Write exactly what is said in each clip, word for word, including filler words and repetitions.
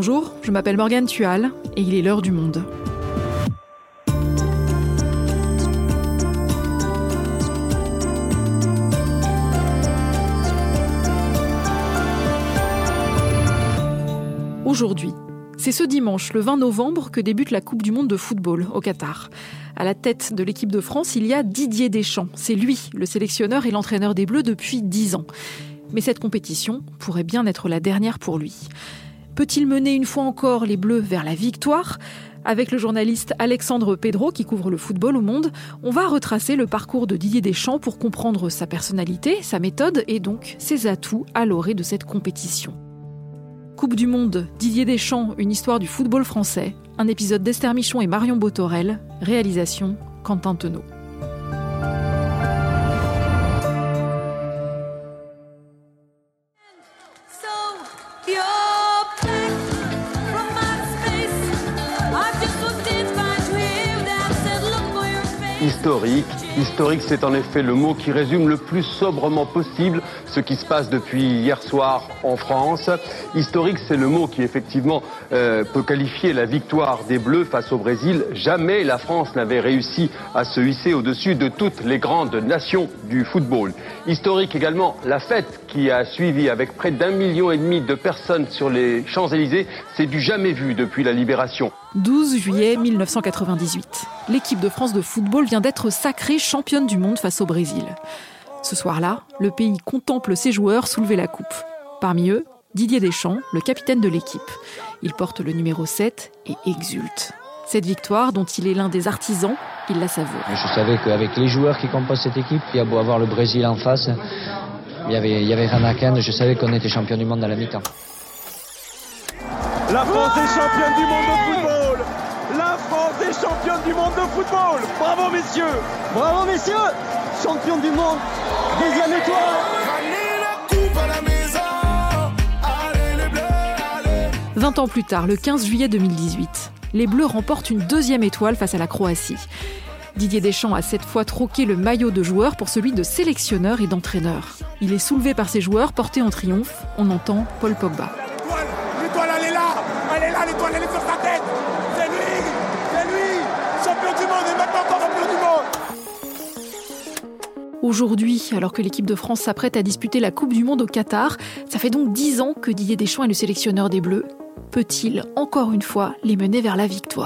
Bonjour, je m'appelle Morgane Tual et il est l'heure du monde. Aujourd'hui, c'est ce dimanche, le vingt novembre, que débute la Coupe du monde de football au Qatar. À la tête de l'équipe de France, il y a Didier Deschamps. C'est lui, le sélectionneur et l'entraîneur des Bleus depuis dix ans. Mais cette compétition pourrait bien être la dernière pour lui. Peut-il mener une fois encore les Bleus vers la victoire ? Avec le journaliste Alexandre Pedro, qui couvre le football au Monde, on va retracer le parcours de Didier Deschamps pour comprendre sa personnalité, sa méthode et donc ses atouts à l'orée de cette compétition. Coupe du Monde, Didier Deschamps, une histoire du football français, un épisode d'Esther Michon et Marion Botorel, réalisation Quentin Tenot. Historique. Historique, c'est en effet le mot qui résume le plus sobrement possible ce qui se passe depuis hier soir en France. Historique, c'est le mot qui effectivement euh, peut qualifier la victoire des Bleus face au Brésil. Jamais la France n'avait réussi à se hisser au-dessus de toutes les grandes nations du football. Historique également, la fête qui a suivi avec près d'un million et demi de personnes sur les Champs-Élysées. C'est du jamais vu depuis la libération. douze juillet mille neuf cent quatre-vingt-dix-huit. L'équipe de France de football vient d'être sacrée championne du monde face au Brésil. Ce soir-là, le pays contemple ses joueurs soulever la coupe. Parmi eux, Didier Deschamps, le capitaine de l'équipe. Il porte le numéro sept et exulte. Cette victoire, dont il est l'un des artisans, il la savoure. Je savais qu'avec les joueurs qui composent cette équipe, il y a beau avoir le Brésil en face, il y avait, il y avait Ranaken, je savais qu'on était champion du monde à la mi-temps. La France est championne du monde de football. La France est championne du monde de football. Bravo messieurs. Bravo messieurs. Champion du monde. Deuxième étoile. vingt ans plus tard, le quinze juillet deux mille dix-huit, les Bleus remportent une deuxième étoile face à la Croatie. Didier Deschamps a cette fois troqué le maillot de joueur pour celui de sélectionneur et d'entraîneur. Il est soulevé par ses joueurs, porté en triomphe. On entend Paul Pogba. L'étoile, elle est là, elle est là, l'étoile, elle est sur sa tête. C'est lui, c'est lui, champion du monde et maintenant encore champion du monde. Aujourd'hui, alors que l'équipe de France s'apprête à disputer la Coupe du Monde au Qatar, ça fait donc dix ans que Didier Deschamps est le sélectionneur des Bleus. Peut-il, encore une fois, les mener vers la victoire ?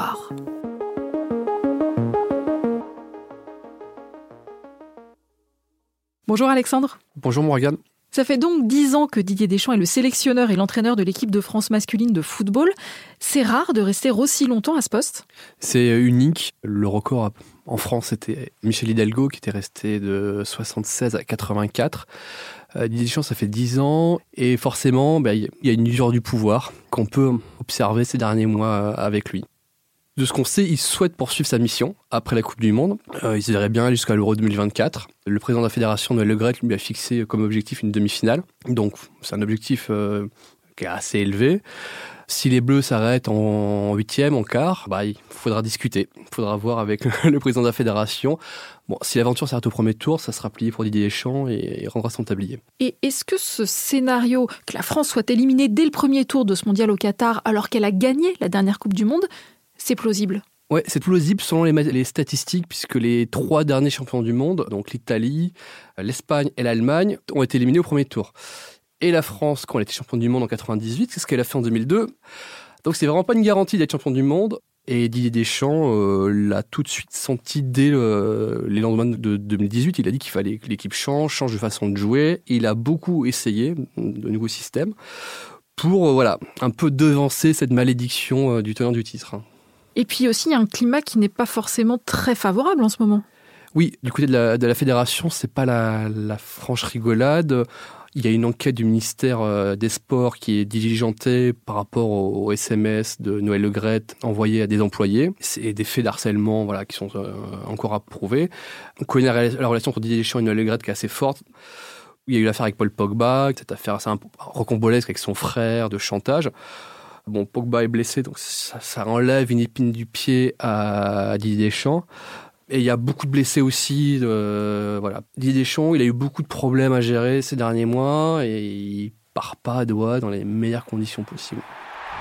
Bonjour Alexandre. Bonjour Morgane. Ça fait donc dix ans que Didier Deschamps est le sélectionneur et l'entraîneur de l'équipe de France masculine de football. C'est rare de rester aussi longtemps à ce poste ? C'est unique. Le record en France, c'était Michel Hidalgo qui était resté de soixante-seize à quatre-vingt-quatre. Euh, Didier Deschamps, ça fait dix ans. Et forcément, bah, y a une usure du pouvoir qu'on peut observer ces derniers mois avec lui. De ce qu'on sait, il souhaite poursuivre sa mission après la Coupe du Monde. Euh, il se verrait bien jusqu'à l'Euro deux mille vingt-quatre. Le président de la fédération, Noël Le Graët, lui a fixé comme objectif une demi-finale. Donc, c'est un objectif euh, qui est assez élevé. Si les Bleus s'arrêtent en huitième, en quart, bah, il faudra discuter. Il faudra voir avec le président de la fédération. Bon, si l'aventure s'arrête au premier tour, ça sera plié pour Didier Deschamps et il rendra son tablier. Et est-ce que ce scénario, que la France soit éliminée dès le premier tour de ce mondial au Qatar, alors qu'elle a gagné la dernière Coupe du Monde, c'est plausible? Ouais, c'est plausible selon les, les statistiques, puisque les trois derniers champions du monde, donc l'Italie, l'Espagne et l'Allemagne, ont été éliminés au premier tour. Et la France, quand elle était championne du monde en quatre-vingt-dix-huit, c'est ce qu'elle a fait en deux mille deux. Donc c'est vraiment pas une garantie d'être champion du monde. Et Didier Deschamps euh, l'a tout de suite senti dès le, les lendemains de deux mille dix-huit. Il a dit qu'il fallait que l'équipe change, change de façon de jouer. Et il a beaucoup essayé de nouveaux systèmes pour euh, voilà, un peu devancer cette malédiction euh, du tenant du titre. Et puis aussi, il y a un climat qui n'est pas forcément très favorable en ce moment. Oui, du côté de la, de la fédération, c'est pas la, la franche rigolade. Il y a une enquête du ministère des Sports qui est diligentée par rapport au, au S M S de Noël Le Graët envoyé à des employés. C'est des faits d'harcèlement voilà, qui sont euh, encore à prouver. On connaît la, la relation entre Didier Deschamps et Noël Le Graët qui est assez forte. Il y a eu l'affaire avec Paul Pogba, cette affaire assez rocambolesque avec son frère, de chantage. Bon, Pogba est blessé, donc ça, ça enlève une épine du pied à, à Didier Deschamps. Et il y a beaucoup de blessés aussi. Euh, voilà. Didier Deschamps, il a eu beaucoup de problèmes à gérer ces derniers mois et il part pas à doigt dans les meilleures conditions possibles.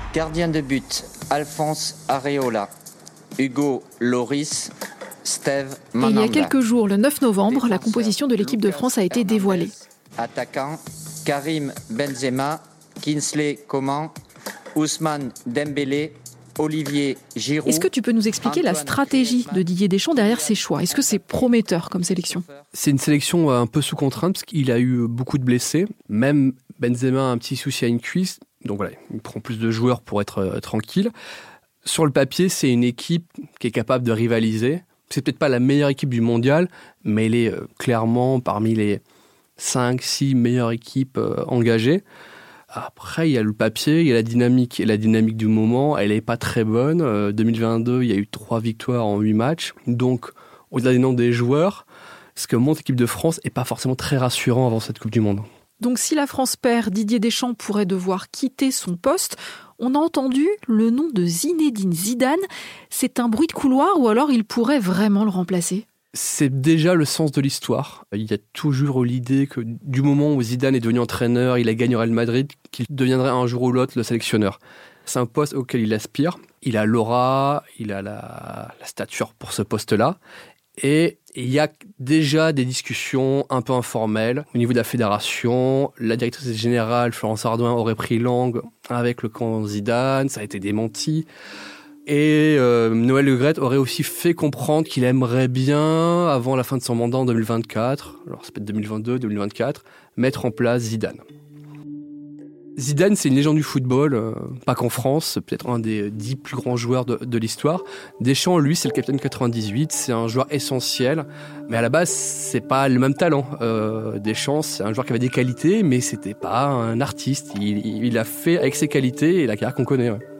Gardien de but, Alphonse Areola. Hugo Lloris, Steve Mandanda. Et il y a quelques jours, le neuf novembre, la composition de l'équipe de France a été dévoilée. Attaquant, Karim Benzema, Kingsley Coman, Ousmane Dembélé, Olivier Giroud. Est-ce que tu peux nous expliquer Antoine la stratégie de Didier Deschamps derrière ses choix ? Est-ce que c'est prometteur comme sélection ? C'est une sélection un peu sous contrainte parce qu'il a eu beaucoup de blessés. Même Benzema a un petit souci à une cuisse. Donc voilà, il prend plus de joueurs pour être euh, tranquille. Sur le papier, c'est une équipe qui est capable de rivaliser. C'est peut-être pas la meilleure équipe du mondial, mais elle est euh, clairement parmi les cinq six meilleures équipes euh, engagées. Après, il y a le papier, il y a la dynamique. Et la dynamique du moment, elle n'est pas très bonne. Euh, deux mille vingt-deux, il y a eu trois victoires en huit matchs. Donc, au-delà des noms des joueurs, ce que montre l'équipe de France n'est pas forcément très rassurant avant cette Coupe du Monde. Donc, si la France perd, Didier Deschamps pourrait devoir quitter son poste. On a entendu le nom de Zinedine Zidane. C'est un bruit de couloir ou alors il pourrait vraiment le remplacer ? C'est déjà le sens de l'histoire. Il y a toujours eu l'idée que du moment où Zidane est devenu entraîneur, il a gagné au Real Madrid, qu'il deviendrait un jour ou l'autre le sélectionneur. C'est un poste auquel il aspire. Il a l'aura, il a la, la stature pour ce poste-là. Et il y a déjà des discussions un peu informelles au niveau de la fédération. La directrice générale, Florence Ardouin, aurait pris langue avec le camp Zidane. Ça a été démenti. Et euh, Noël Le Graët aurait aussi fait comprendre qu'il aimerait bien, avant la fin de son mandat en deux mille vingt-quatre, alors ça peut être deux mille vingt-deux, deux mille vingt-quatre, mettre en place Zidane. Zidane, c'est une légende du football, euh, pas qu'en France, c'est peut-être un des dix plus grands joueurs de, de l'histoire. Deschamps, lui, c'est le capitaine quatre-vingt-dix-huit, c'est un joueur essentiel, mais à la base, c'est pas le même talent. Euh, Deschamps, c'est un joueur qui avait des qualités, mais c'était pas un artiste. Il, il a fait avec ses qualités et la carrière qu'on connaît. Ouais.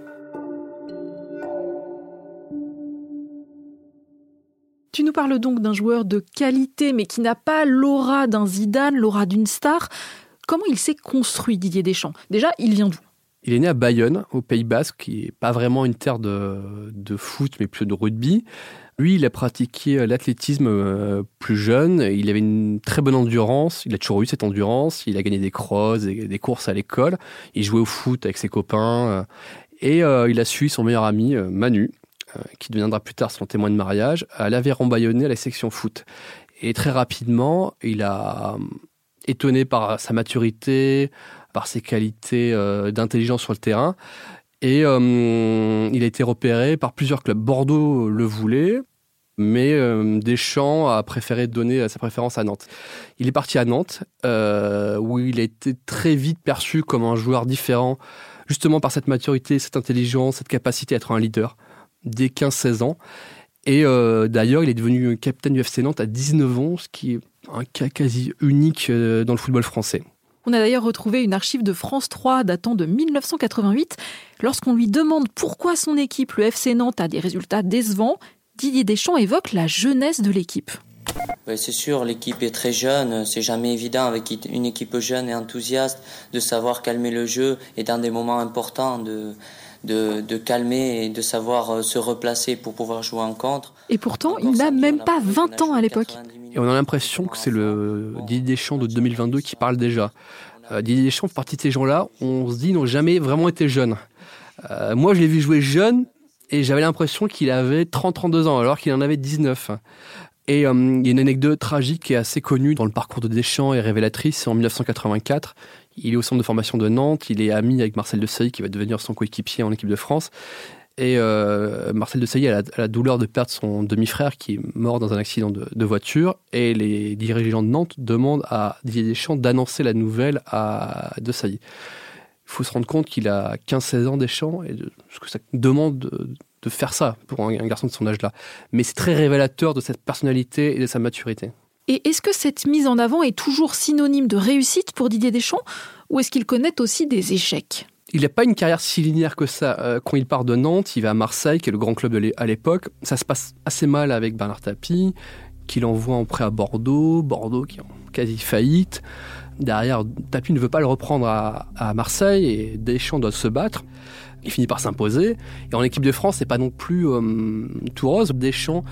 Tu nous parles donc d'un joueur de qualité, mais qui n'a pas l'aura d'un Zidane, l'aura d'une star. Comment il s'est construit, Didier Deschamps ? Déjà, il vient d'où ? Il est né à Bayonne, au Pays Basque, qui n'est pas vraiment une terre de, de foot, mais plutôt de rugby. Lui, il a pratiqué l'athlétisme plus jeune. Il avait une très bonne endurance. Il a toujours eu cette endurance. Il a gagné des crosses, des, des courses à l'école. Il jouait au foot avec ses copains. Et euh, il a suivi son meilleur ami, Manu, qui deviendra plus tard son témoin de mariage, à l'Aveyron Bayonnais à la section foot. Et très rapidement, il a étonné par sa maturité, par ses qualités euh, d'intelligence sur le terrain. Et euh, il a été repéré par plusieurs clubs. Bordeaux le voulait, mais euh, Deschamps a préféré donner sa préférence à Nantes. Il est parti à Nantes, euh, où il a été très vite perçu comme un joueur différent, justement par cette maturité, cette intelligence, cette capacité à être un leader. Dès quinze seize ans. Et euh, d'ailleurs, il est devenu capitaine du F C Nantes à dix-neuf ans, ce qui est un cas quasi unique euh, dans le football français. On a d'ailleurs retrouvé une archive de France trois datant de dix-neuf cent quatre-vingt-huit. Lorsqu'on lui demande pourquoi son équipe, le F C Nantes, a des résultats décevants, Didier Deschamps évoque la jeunesse de l'équipe. Oui, c'est sûr, l'équipe est très jeune. C'est jamais évident avec une équipe jeune et enthousiaste de savoir calmer le jeu et dans des moments importants de... De, de calmer et de savoir se replacer pour pouvoir jouer en contre. Et pourtant, il n'a même pas vingt ans à l'époque. Et on a l'impression que c'est le Didier Deschamps de deux mille vingt-deux qui parle déjà. Euh, Didier Deschamps fait partie de ces gens-là, on se dit, n'ont jamais vraiment été jeunes. Euh, moi, je l'ai vu jouer jeune et j'avais l'impression qu'il avait trente à trente-deux ans alors qu'il en avait dix-neuf. Et euh, il y a une anecdote tragique qui est assez connue dans le parcours de Deschamps et révélatrice. C'est en dix-neuf cent quatre-vingt-quatre. Il est au centre de formation de Nantes. Il est ami avec Marcel Desailly qui va devenir son coéquipier en équipe de France. Et euh, Marcel Desailly a la, a la douleur de perdre son demi-frère qui est mort dans un accident de, de voiture. Et les dirigeants de Nantes demandent à Didier Deschamps d'annoncer la nouvelle à Desailly. Il faut se rendre compte qu'il a quinze seize ans, Deschamps, et de, ce que ça demande de, de faire ça pour un, un garçon de son âge-là. Mais c'est très révélateur de cette personnalité et de sa maturité. Et est-ce que cette mise en avant est toujours synonyme de réussite pour Didier Deschamps ou est-ce qu'il connaît aussi des échecs ? Il n'a pas une carrière si linéaire que ça. Quand il part de Nantes, il va à Marseille, qui est le grand club de à l'époque. Ça se passe assez mal avec Bernard Tapie, qui l'envoie en prêt à Bordeaux. Bordeaux qui est en quasi faillite. Derrière, Tapie ne veut pas le reprendre à, à Marseille et Deschamps doit se battre. Il finit par s'imposer. Et en équipe de France, c'est pas non plus euh, tout rose. Deschamps,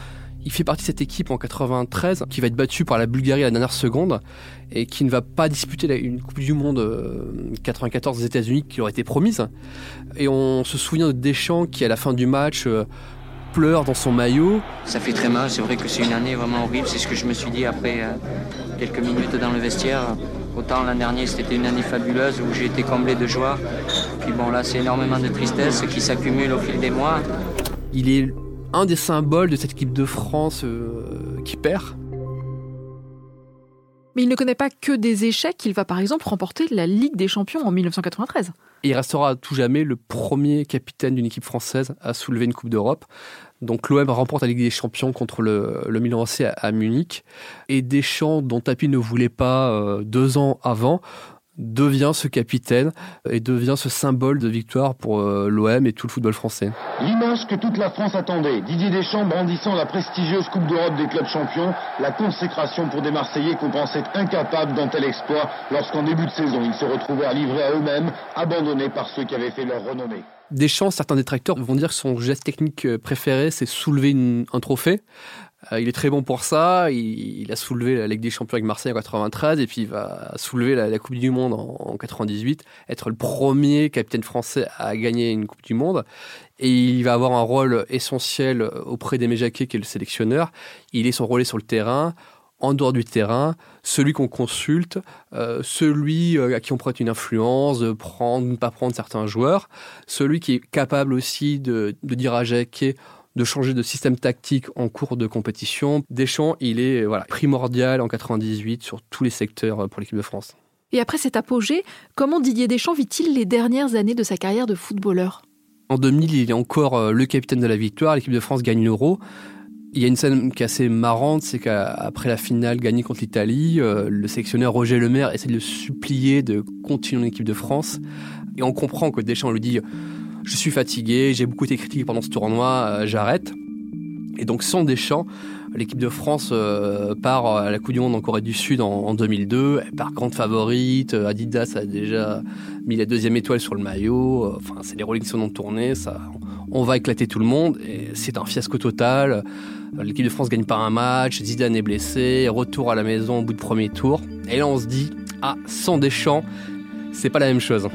Il fait partie de cette équipe en quatre-vingt-treize qui va être battue par la Bulgarie à la dernière seconde et qui ne va pas disputer une Coupe du Monde quatre-vingt-quatorze des États-Unis qui leur a été promise. Et on se souvient de Deschamps qui, à la fin du match, pleure dans son maillot. Ça fait très mal, c'est vrai que c'est une année vraiment horrible, c'est ce que je me suis dit après euh, quelques minutes dans le vestiaire. Autant l'an dernier c'était une année fabuleuse où j'ai été comblé de joie. Puis bon là c'est énormément de tristesse qui s'accumule au fil des mois. Il est un des symboles de cette équipe de France euh, qui perd. Mais il ne connaît pas que des échecs, il va par exemple remporter la Ligue des Champions en dix-neuf cent quatre-vingt-treize. Et il restera à tout jamais le premier capitaine d'une équipe française à soulever une Coupe d'Europe. Donc l'O M remporte la Ligue des Champions contre le, le Milan A C à, à Munich. Et Deschamps, dont Tapi ne voulait pas euh, deux ans avant, devient ce capitaine et devient ce symbole de victoire pour euh, l'O M et tout le football français. L'image que toute la France attendait, Didier Deschamps brandissant la prestigieuse Coupe d'Europe des clubs champions, la consécration pour des Marseillais qu'on pensait incapables d'un tel exploit lorsqu'en début de saison ils se retrouvaient à livrer à eux-mêmes, abandonnés par ceux qui avaient fait leur renommée. Deschamps, certains détracteurs vont dire que son geste technique préféré, c'est soulever une, un trophée. Euh, il est très bon pour ça. Il, il a soulevé la Ligue des Champions avec Marseille en quatre-vingt-treize et puis il va soulever la, la Coupe du Monde en, en quatre-vingt-dix-huit, être le premier capitaine français à gagner une Coupe du Monde. Et il va avoir un rôle essentiel auprès d'Aimé Jacquet, qui est le sélectionneur. Il est son relais sur le terrain, en dehors du terrain, celui qu'on consulte, euh, celui à qui on prête une influence, de prendre, ne pas prendre certains joueurs, celui qui est capable aussi de, de dire à Jacquet de changer de système tactique en cours de compétition. Deschamps, il est voilà, primordial en quatre-vingt-dix-huit sur tous les secteurs pour l'équipe de France. Et après cet apogée, comment Didier Deschamps vit-il les dernières années de sa carrière de footballeur ? En deux mille, il est encore le capitaine de la victoire, l'équipe de France gagne l'Euro. Il y a une scène qui est assez marrante, c'est qu'après la finale gagnée contre l'Italie, euh, le sélectionneur Roger Lemaire essaie de le supplier de continuer en équipe de France. Et on comprend que Deschamps lui dit « Je suis fatigué, j'ai beaucoup été critiqué pendant ce tournoi, euh, j'arrête ». Et donc sans Deschamps, l'équipe de France euh, part à la Coupe du Monde en Corée du Sud en, en deux mille deux, elle part grande favorite, Adidas a déjà mis la deuxième étoile sur le maillot, enfin c'est les Rolling Stones ont tourné, ça, on va éclater tout le monde, et c'est un fiasco total. L'équipe de France gagne pas un match, Zidane est blessé, retour à la maison au bout de premier tour, et là on se dit, ah, sans Deschamps, c'est pas la même chose.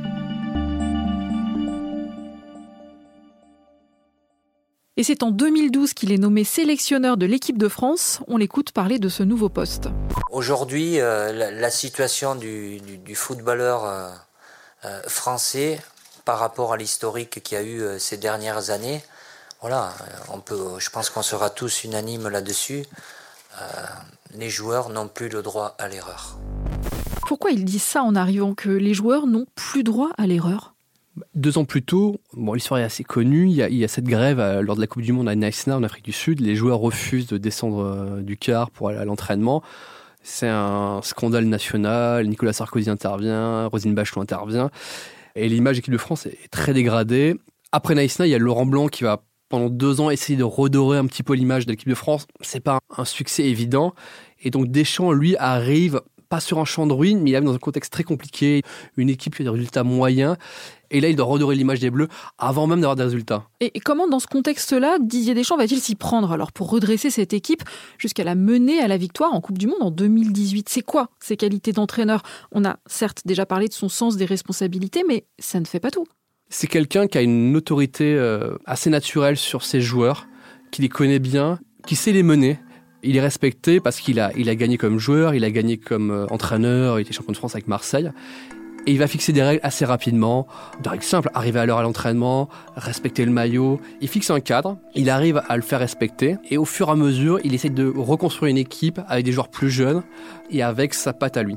Et c'est en deux mille douze qu'il est nommé sélectionneur de l'équipe de France. On l'écoute parler de ce nouveau poste. Aujourd'hui, euh, la, la situation du, du, du footballeur euh, euh, français par rapport à l'historique qu'il y a eu euh, ces dernières années, voilà, on peut, je pense qu'on sera tous unanimes là-dessus. Euh, les joueurs n'ont plus le droit à l'erreur. Pourquoi il dit ça en arrivant, que les joueurs n'ont plus droit à l'erreur ? Deux ans plus tôt, bon, l'histoire est assez connue, il y a, il y a cette grève euh, lors de la Coupe du Monde à Naïsna en Afrique du Sud. Les joueurs refusent de descendre euh, du car pour aller à l'entraînement. C'est un scandale national, Nicolas Sarkozy intervient, Roselyne Bachelot intervient. Et l'image de l'équipe de France est très dégradée. Après Naïsna, il y a Laurent Blanc qui va pendant deux ans essayer de redorer un petit peu l'image de l'équipe de France. C'est pas un succès évident. Et donc Deschamps, lui, arrive pas sur un champ de ruines, mais il arrive dans un contexte très compliqué, une équipe qui a des résultats moyens. Et là, il doit redorer l'image des Bleus avant même d'avoir des résultats. Et comment, dans ce contexte-là, Didier Deschamps va-t-il s'y prendre alors pour redresser cette équipe jusqu'à la mener à la victoire en Coupe du Monde en deux mille dix-huit ? C'est quoi ses qualités d'entraîneur ? On a certes déjà parlé de son sens des responsabilités, mais ça ne fait pas tout. C'est quelqu'un qui a une autorité euh, assez naturelle sur ses joueurs, qui les connaît bien, qui sait les mener. Il est respecté parce qu'il a, il a gagné comme joueur, il a gagné comme euh, entraîneur, il était champion de France avec Marseille. Et il va fixer des règles assez rapidement, des règles simples, arriver à l'heure à l'entraînement, respecter le maillot. Il fixe un cadre, il arrive à le faire respecter. Et au fur et à mesure, il essaie de reconstruire une équipe avec des joueurs plus jeunes et avec sa patte à lui.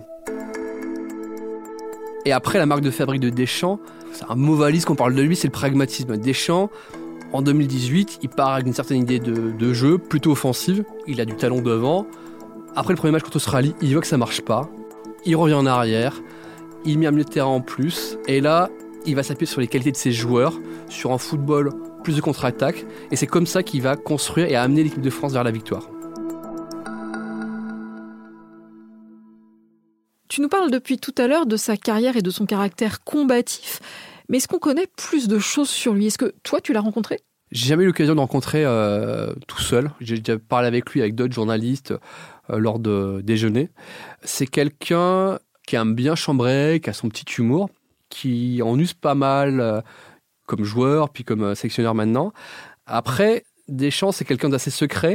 Et après, la marque de fabrique de Deschamps, c'est un mot valise qu'on parle de lui, c'est le pragmatisme. Deschamps, en deux mille dix-huit, il part avec une certaine idée de, de jeu, plutôt offensive. Il a du talent devant. Après le premier match contre l'Australie, il voit que ça marche pas. Il revient en arrière. Il met un milieu de terrain en plus. Et là, il va s'appuyer sur les qualités de ses joueurs, sur un football plus de contre-attaque. Et c'est comme ça qu'il va construire et amener l'équipe de France vers la victoire. Tu nous parles depuis tout à l'heure de sa carrière et de son caractère combatif. Mais est-ce qu'on connaît plus de choses sur lui ? Est-ce que toi, tu l'as rencontré ? J'ai jamais eu l'occasion de rencontrer euh, tout seul. J'ai déjà parlé avec lui, avec d'autres journalistes euh, lors de déjeuner. C'est quelqu'un qui aime bien chambrer, qui a son petit humour, qui en use pas mal euh, comme joueur, puis comme euh, sélectionneur maintenant. Après, Deschamps, c'est quelqu'un d'assez secret.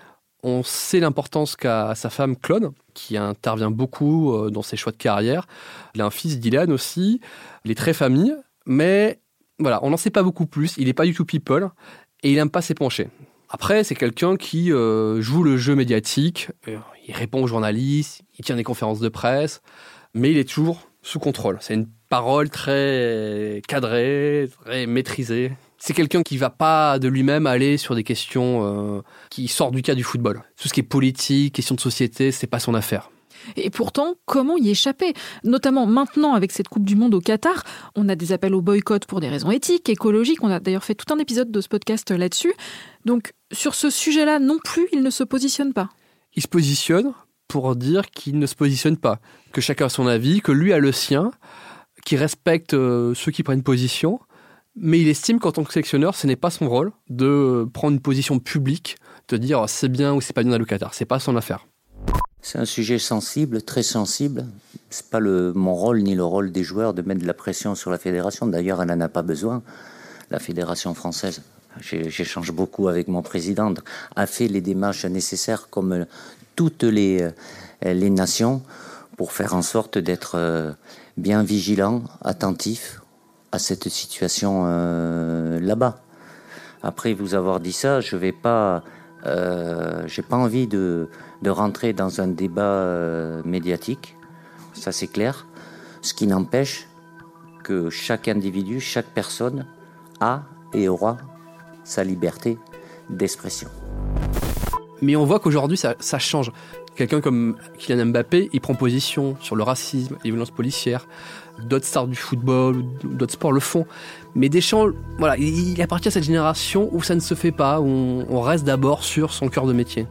On sait l'importance qu'a sa femme Claude, qui intervient beaucoup euh, dans ses choix de carrière. Il a un fils, Dylan aussi. Il est très famille, mais voilà, on n'en sait pas beaucoup plus. Il n'est pas du tout people et il n'aime pas s'épancher. Après, c'est quelqu'un qui euh, joue le jeu médiatique. Euh, il répond aux journalistes, il tient des conférences de presse, mais il est toujours sous contrôle. C'est une parole très cadrée, très maîtrisée. C'est quelqu'un qui ne va pas de lui-même aller sur des questions euh, qui sortent du cadre du football. Tout ce qui est politique, questions de société, c'est pas son affaire. Et pourtant, comment y échapper ? Notamment maintenant, avec cette Coupe du Monde au Qatar, on a des appels au boycott pour des raisons éthiques, écologiques. On a d'ailleurs fait tout un épisode de ce podcast là-dessus. Donc, sur ce sujet-là non plus, il ne se positionne pas. Il se positionne pour dire qu'il ne se positionne pas, que chacun a son avis, que lui a le sien, qu'il respecte euh, ceux qui prennent position. Mais il estime qu'en tant que sélectionneur, ce n'est pas son rôle de prendre une position publique, de dire c'est bien ou c'est pas bien d'aller au Qatar. C'est pas son affaire. C'est un sujet sensible, très sensible. C'est pas le, mon rôle ni le rôle des joueurs de mettre de la pression sur la fédération. D'ailleurs, elle n'en a pas besoin. La fédération française, j'échange beaucoup avec mon président, a fait les démarches nécessaires comme toutes les, les nations pour faire en sorte d'être bien vigilant, attentif à cette situation euh, là-bas. Après vous avoir dit ça, je vais pas, euh, j'ai pas envie de, de rentrer dans un débat euh, médiatique, ça c'est clair. Ce qui n'empêche que chaque individu, chaque personne a et aura sa liberté d'expression. Mais on voit qu'aujourd'hui ça, ça change. Quelqu'un comme Kylian Mbappé, il prend position sur le racisme, les violences policières. D'autres stars du football ou d'autres sports le font. Mais Deschamps, voilà, il appartient à cette génération où ça ne se fait pas, où on, on reste d'abord sur son cœur de métier.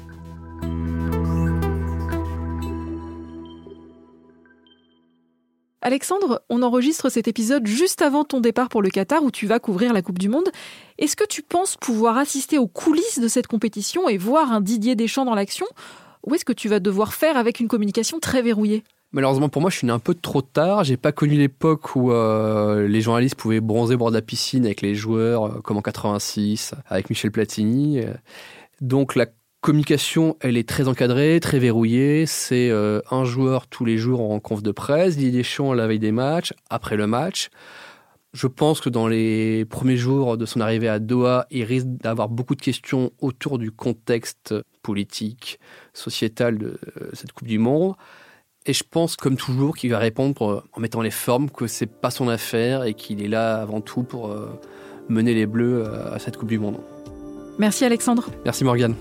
Alexandre, on enregistre cet épisode juste avant ton départ pour le Qatar où tu vas couvrir la Coupe du Monde. Est-ce que tu penses pouvoir assister aux coulisses de cette compétition et voir un Didier Deschamps dans l'action ? Ou est-ce que tu vas devoir faire avec une communication très verrouillée ? Malheureusement pour moi, je suis né un peu trop tard. J'ai pas connu l'époque où euh, les journalistes pouvaient bronzer au bord de la piscine avec les joueurs, euh, comme en quatre-vingt-six, avec Michel Platini. Donc la communication, elle est très encadrée, très verrouillée. C'est euh, un joueur tous les jours en conf de presse, Didier Deschamps la veille des matchs, après le match. Je pense que dans les premiers jours de son arrivée à Doha, il risque d'avoir beaucoup de questions autour du contexte politique, sociétal de cette Coupe du Monde. Et je pense, comme toujours, qu'il va répondre en mettant les formes, que c'est pas son affaire et qu'il est là avant tout pour mener les Bleus à cette Coupe du Monde. Merci Alexandre. Merci Morgane.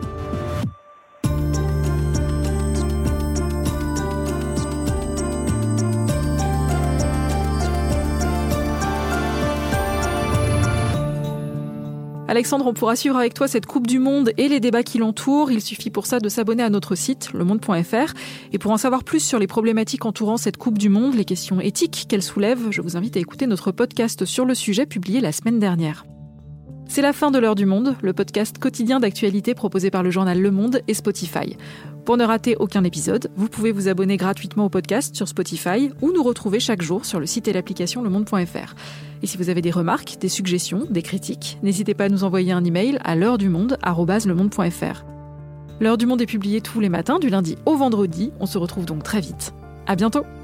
Alexandre, on pourra suivre avec toi cette Coupe du Monde et les débats qui l'entourent. Il suffit pour ça de s'abonner à notre site, le monde point f r. Et pour en savoir plus sur les problématiques entourant cette Coupe du Monde, les questions éthiques qu'elle soulève, je vous invite à écouter notre podcast sur le sujet publié la semaine dernière. C'est la fin de l'heure du monde, le podcast quotidien d'actualité proposé par le journal Le Monde et Spotify. Pour ne rater aucun épisode, vous pouvez vous abonner gratuitement au podcast sur Spotify ou nous retrouver chaque jour sur le site et l'application le monde point f r. Et si vous avez des remarques, des suggestions, des critiques, n'hésitez pas à nous envoyer un email à l'heure du monde arobase le monde point f r. L'heure du monde est publiée tous les matins du lundi au vendredi. On se retrouve donc très vite. À bientôt.